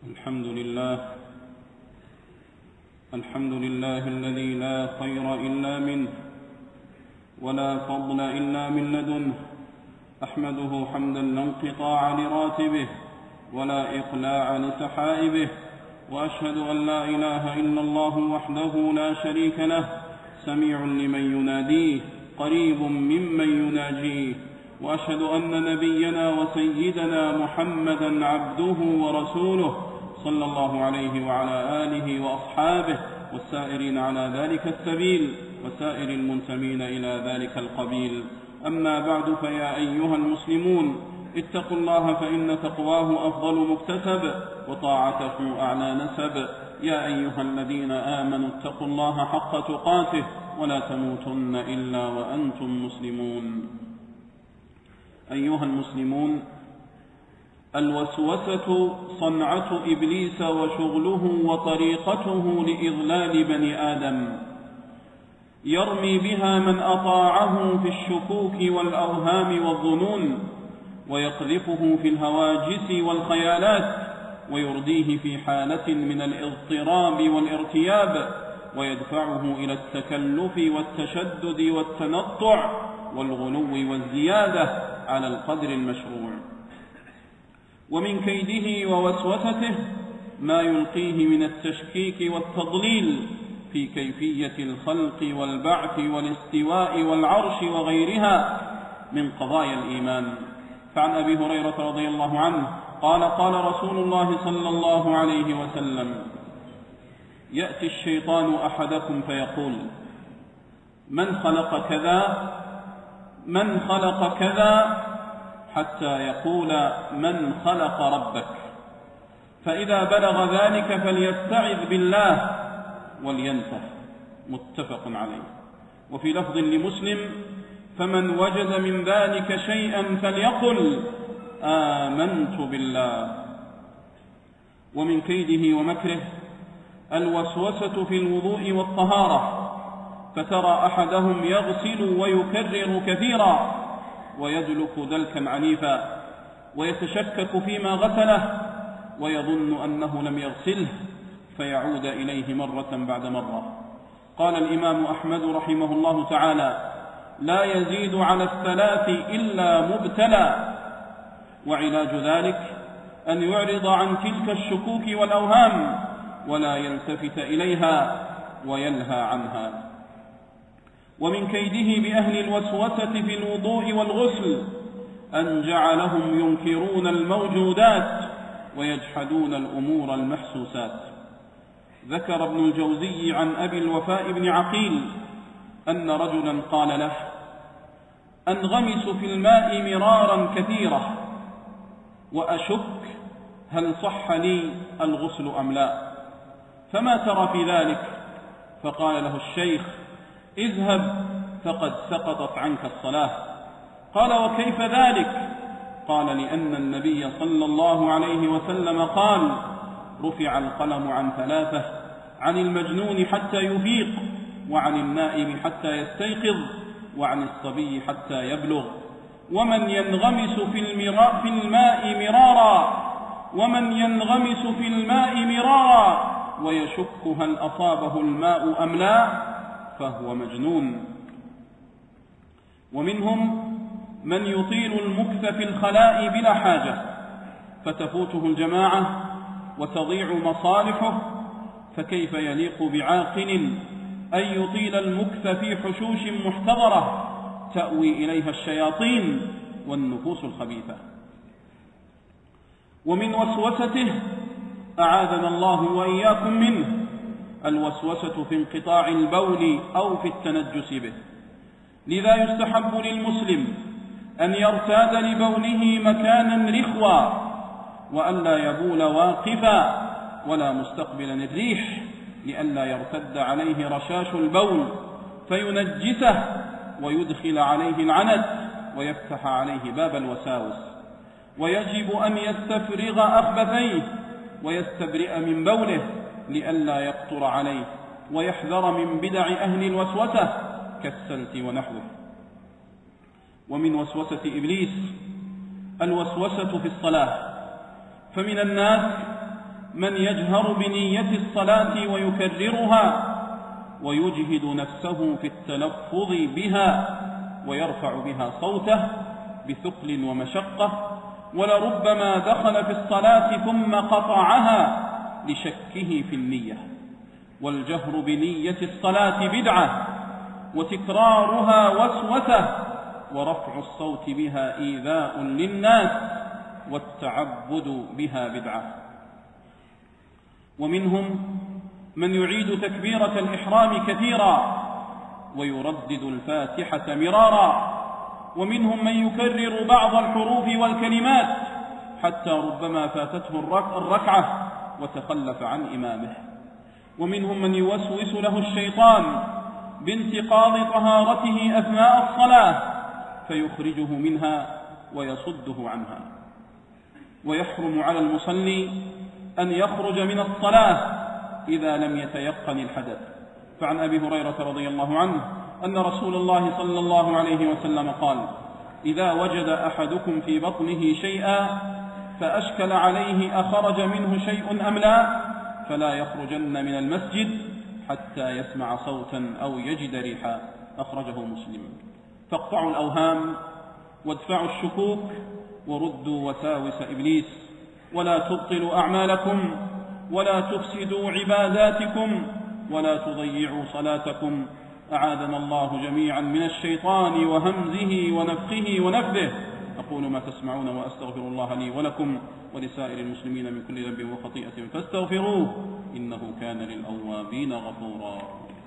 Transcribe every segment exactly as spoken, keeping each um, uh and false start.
الحمد لله الحمد لله الذي لا خير إلا منه ولا فضل إلا من لدنه، أحمده حمدا لا انقطاع لراتبه ولا إقلاع لسحائبه، وأشهد أن لا إله إلا الله وحده لا شريك له، سميع لمن يناديه قريب ممن يناجيه، وأشهد أن نبينا وسيدنا محمدا عبده ورسوله صلى الله عليه وعلى آله وأصحابه والسائرين على ذلك السبيل وسائر المنتمين إلى ذلك القبيل. أما بعد، فيا أيها المسلمون اتقوا الله، فإن تقواه أفضل مكتسب وطاعته أعلى نسب. يا أيها الذين آمنوا اتقوا الله حق تقاته ولا تموتن إلا وأنتم مسلمون. أيها المسلمون، الوسوسة صنعة إبليس وشغله وطريقته لإضلال بني آدم، يرمي بها من أطاعه في الشكوك والأوهام والظنون، ويقذفه في الهواجس والخيالات، ويرديه في حالة من الاضطراب والارتياب، ويدفعه إلى التكلف والتشدد والتنطع والغلو والزيادة على القدر المشروع. ومن كيده ووسوسته ما يلقيه من التشكيك والتضليل في كيفية الخلق والبعث والاستواء والعرش وغيرها من قضايا الإيمان. فعن أبي هريرة رضي الله عنه قال: قال رسول الله صلى الله عليه وسلم: يأتي الشيطان أحدكم فيقول: من خلق كذا من خلق كذا، حتى يقول: من خلق ربك؟ فإذا بلغ ذلك فليستعذ بالله ولينته. متفق عليه. وفي لفظ لمسلم: فمن وجد من ذلك شيئا فليقل: آمنت بالله. ومن كيده ومكره الوسوسة في الوضوء والطهارة، فترى أحدهم يغسل ويكرر كثيرا ويدلك دلكا عنيفا، ويتشكك فيما غسله ويظن أنه لم يغسله، فيعود إليه مرة بعد مرة. قال الإمام أحمد رحمه الله تعالى: لا يزيد على الثلاث إلا مبتلى. وعلاج ذلك أن يعرض عن تلك الشكوك والأوهام ولا يلتفت إليها وينهى عنها. ومن كيده بأهل الوسوسة في الوضوء والغسل أن جعلهم ينكرون الموجودات ويجحدون الأمور المحسوسات. ذكر ابن الجوزي عن أبي الوفاء بن عقيل أن رجلا قال له: أنغمس في الماء مرارا كثيرة وأشك هل صح لي الغسل أم لا، فما ترى في ذلك؟ فقال له الشيخ: اذهب فقد سقطت عنك الصلاة. قال: وكيف ذلك؟ قال: لأن النبي صلى الله عليه وسلم قال: رفع القلم عن ثلاثة: عن المجنون حتى يفيق، وعن النائم حتى يستيقظ، وعن الصبي حتى يبلغ. ومن ينغمس في, المراء في الماء مرارا ومن ينغمس في الماء مرارا ويشك هل أصابه الماء أم لا، فهو مجنون. ومنهم من يطيل المكث في الخلاء بلا حاجة، فتفوته الجماعة وتضيع مصالحه، فكيف يليق بعاقل أن يطيل المكث في حشوش محتضرة تأوي إليها الشياطين والنفوس الخبيثة. ومن وسوسته أعاذنا الله وإياكم منه الوسوسة في انقطاع البول أو في التنجس به. لذا يستحب للمسلم أن يرتاد لبوله مكانا رخوا، وألا يبول واقفا ولا مستقبلا الريح، لئلا يرتد عليه رشاش البول فينجسه ويدخل عليه العنت ويفتح عليه باب الوساوس. ويجب أن يستفرغ أخبثيه ويستبرئ من بوله لئلا يقطر عليه، ويحذر من بدع أهل الوسوسة كالسلت ونحوه. ومن وسوسة إبليس الوسوسة في الصلاة، فمن الناس من يجهر بنية الصلاة ويكررها ويجهد نفسه في التلفظ بها ويرفع بها صوته بثقل ومشقة، ولربما دخل في الصلاة ثم قطعها لشكه في النية. والجهر بنية الصلاة بدعة، وتكرارها وسوسة، ورفع الصوت بها إيذاء للناس، والتعبد بها بدعة. ومنهم من يعيد تكبيرة الإحرام كثيرا ويردد الفاتحة مرارا، ومنهم من يكرر بعض الحروف والكلمات حتى ربما فاتته الركعة وتخلف عن إمامه. ومنهم من يوسوس له الشيطان بانتقاض طهارته أثناء الصلاة فيخرجه منها ويصده عنها. ويحرم على المصلي أن يخرج من الصلاة إذا لم يتيقن الحدث. فعن أبي هريرة رضي الله عنه أن رسول الله صلى الله عليه وسلم قال: إذا وجد أحدكم في بطنه شيئا فأشكل عليه أخرج منه شيء أم لا فلا يخرجن من المسجد حتى يسمع صوتا أو يجد ريحا. أخرجه مسلم. فاقطعوا الأوهام وادفعوا الشكوك وردوا وساوس إبليس، ولا تبطلوا أعمالكم ولا تفسدوا عباداتكم ولا تضيعوا صلاتكم. أعاذنا الله جميعا من الشيطان وهمزه ونفخه ونفثه. أقول ما تسمعون وأستغفر الله لي ولكم ولسائر المسلمين من كل ذنب وخطيئة فاستغفروه إنه كان للأوابين غفورا.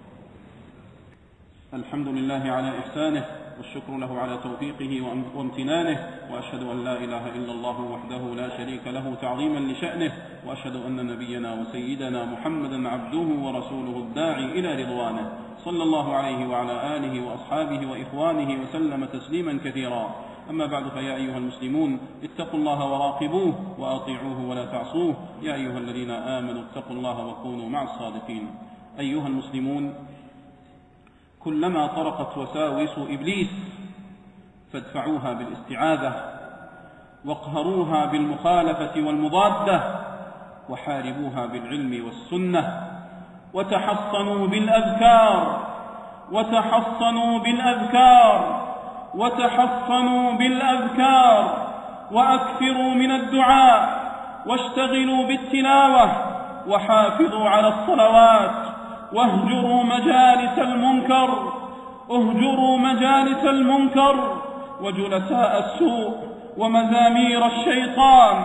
الحمد لله على إحسانه، والشكر له على توفيقه وامتنانه، وأشهد أن لا إله إلا الله وحده لا شريك له تعظيما لشأنه، وأشهد أن نبينا وسيدنا محمدا عبده ورسوله الداعي إلى رضوانه، صلى الله عليه وعلى آله وأصحابه وإخوانه وسلم تسليما كثيرا. أما بعد، فيا أيها المسلمون اتقوا الله وراقبوه وأطيعوه ولا تعصوه. يا أيها الذين آمنوا اتقوا الله وكونوا مع الصادقين. أيها المسلمون، كلما طرقت وساوس إبليس فادفعوها بالاستعاذة، واقهروها بالمخالفة والمضادة، وحاربوها بالعلم والسنة، وتحصنوا بالأذكار وتحصنوا بالأذكار وتحصنوا بالأذكار وأكثروا من الدعاء، واشتغلوا بالتلاوة، وحافظوا على الصلوات، واهجروا مجالس المنكر اهجروا مجالس المنكر وجلساء السوء ومزامير الشيطان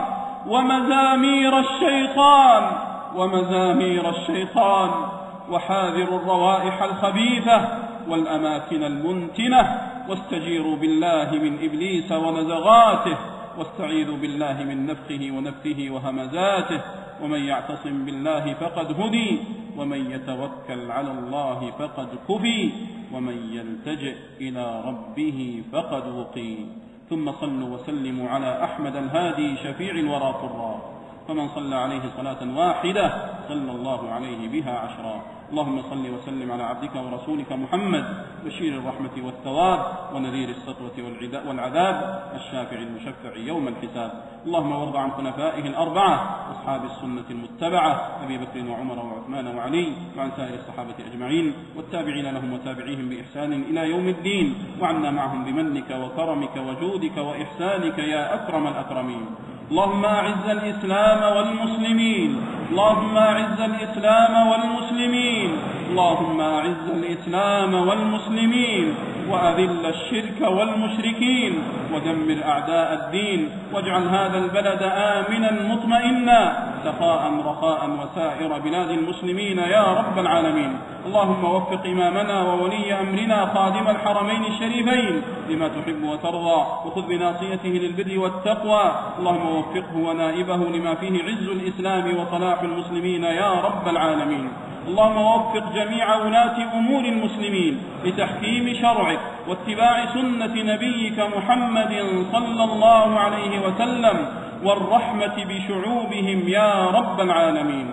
ومزامير الشيطان ومزامير الشيطان وحاذروا الروائح الخبيثة والأماكن المنتنة، واستجيروا بالله من إبليس ونزغاته، واستعيذوا بالله من نفخه ونفثه وهمزاته. ومن يعتصم بالله فقد هدي، ومن يتوكل على الله فقد كفي، ومن يلتجئ إلى ربه فقد وقي. ثم صلوا وسلموا على أحمد الهادي شفيع الورى طرا، فمن صلى عليه صلاة واحدة صلى الله عليه بها عشرا. اللهم صل وسلم على عبدك ورسولك محمد بشير الرحمة والثواب ونذير السطوة والعذاب الشافع المشفع يوم الحساب. اللهم وارض عن خلفائه الأربعة أصحاب السنة المتبعة أبي بكر وعمر وعثمان وعلي، وعن سائر الصحابة أجمعين والتابعين لهم وتابعيهم بإحسان إلى يوم الدين، وعنا معهم بمنك وكرمك وجودك وإحسانك يا أكرم الأكرمين. اللهم أعز الإسلام والمسلمين اللهم أعز الإسلام والمسلمين اللهم أعز الإسلام والمسلمين وأذل الشرك والمشركين ودمر أعداء الدين، واجعل هذا البلد آمنا مطمئنا سخاء رخاء وسائر بلاد المسلمين يا رب العالمين. اللهم وفق إمامنا وولي أمرنا خادم الحرمين الشريفين لما تحب وترضى، وخذ بناصيته للبر والتقوى. اللهم وفقه ونائبه لما فيه عز الإسلام وصلاح المسلمين يا رب العالمين. اللهم وفق جميع ولاة أمور المسلمين لتحكيم شرعك واتباع سنة نبيك محمد صلى الله عليه وسلم والرحمة بشعوبهم يا رب العالمين.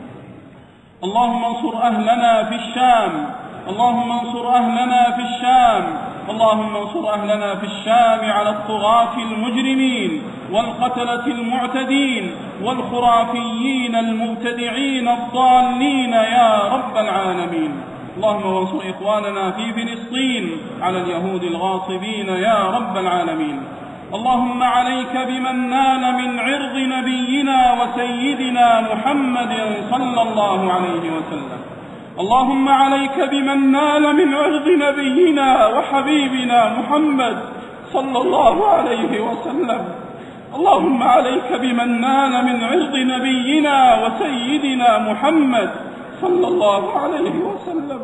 اللهم انصر أهلنا في الشام اللهم انصر أهلنا في الشام اللهم انصر أهلنا في الشام على الطغاة المجرمين، والقتلة المعتدين والخرافيين المبتدعين الضالين يا رب العالمين. اللهم وانصر إخواننا في فلسطين على اليهود الغاصبين يا رب العالمين. اللهم عليك بمن نال من عرض نبينا وسيدنا محمد صلى الله عليه وسلم. اللهم عليك بمن نال من عرض نبينا وحبيبنا محمد صلى الله عليه وسلم. اللهم عليك بمن نال من عرض نبينا وسيدنا محمد صلى الله عليه وسلم.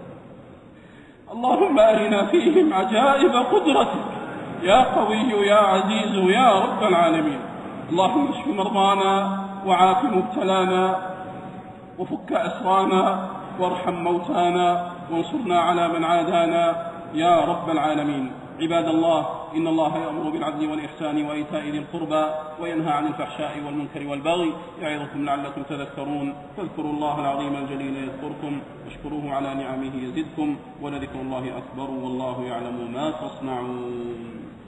اللهم أرنا فيهم عجائب قدرتك يا قوي يا عزيز يا رب العالمين. اللهم اشف مرضانا وعاف مبتلانا وفك أسرانا وارحم موتانا وانصرنا على من عادانا يا رب العالمين. عباد الله، إن الله يأمر بالعدل والإحسان وإيتاء ذي القربى وينهى عن الفحشاء والمنكر والبغي يعظكم لعلكم تذكرون. فاذكروا الله العظيم الجليل يذكركم واشكروه على نعمه يزدكم ولذكر الله أكبر والله يعلم ما تصنعون.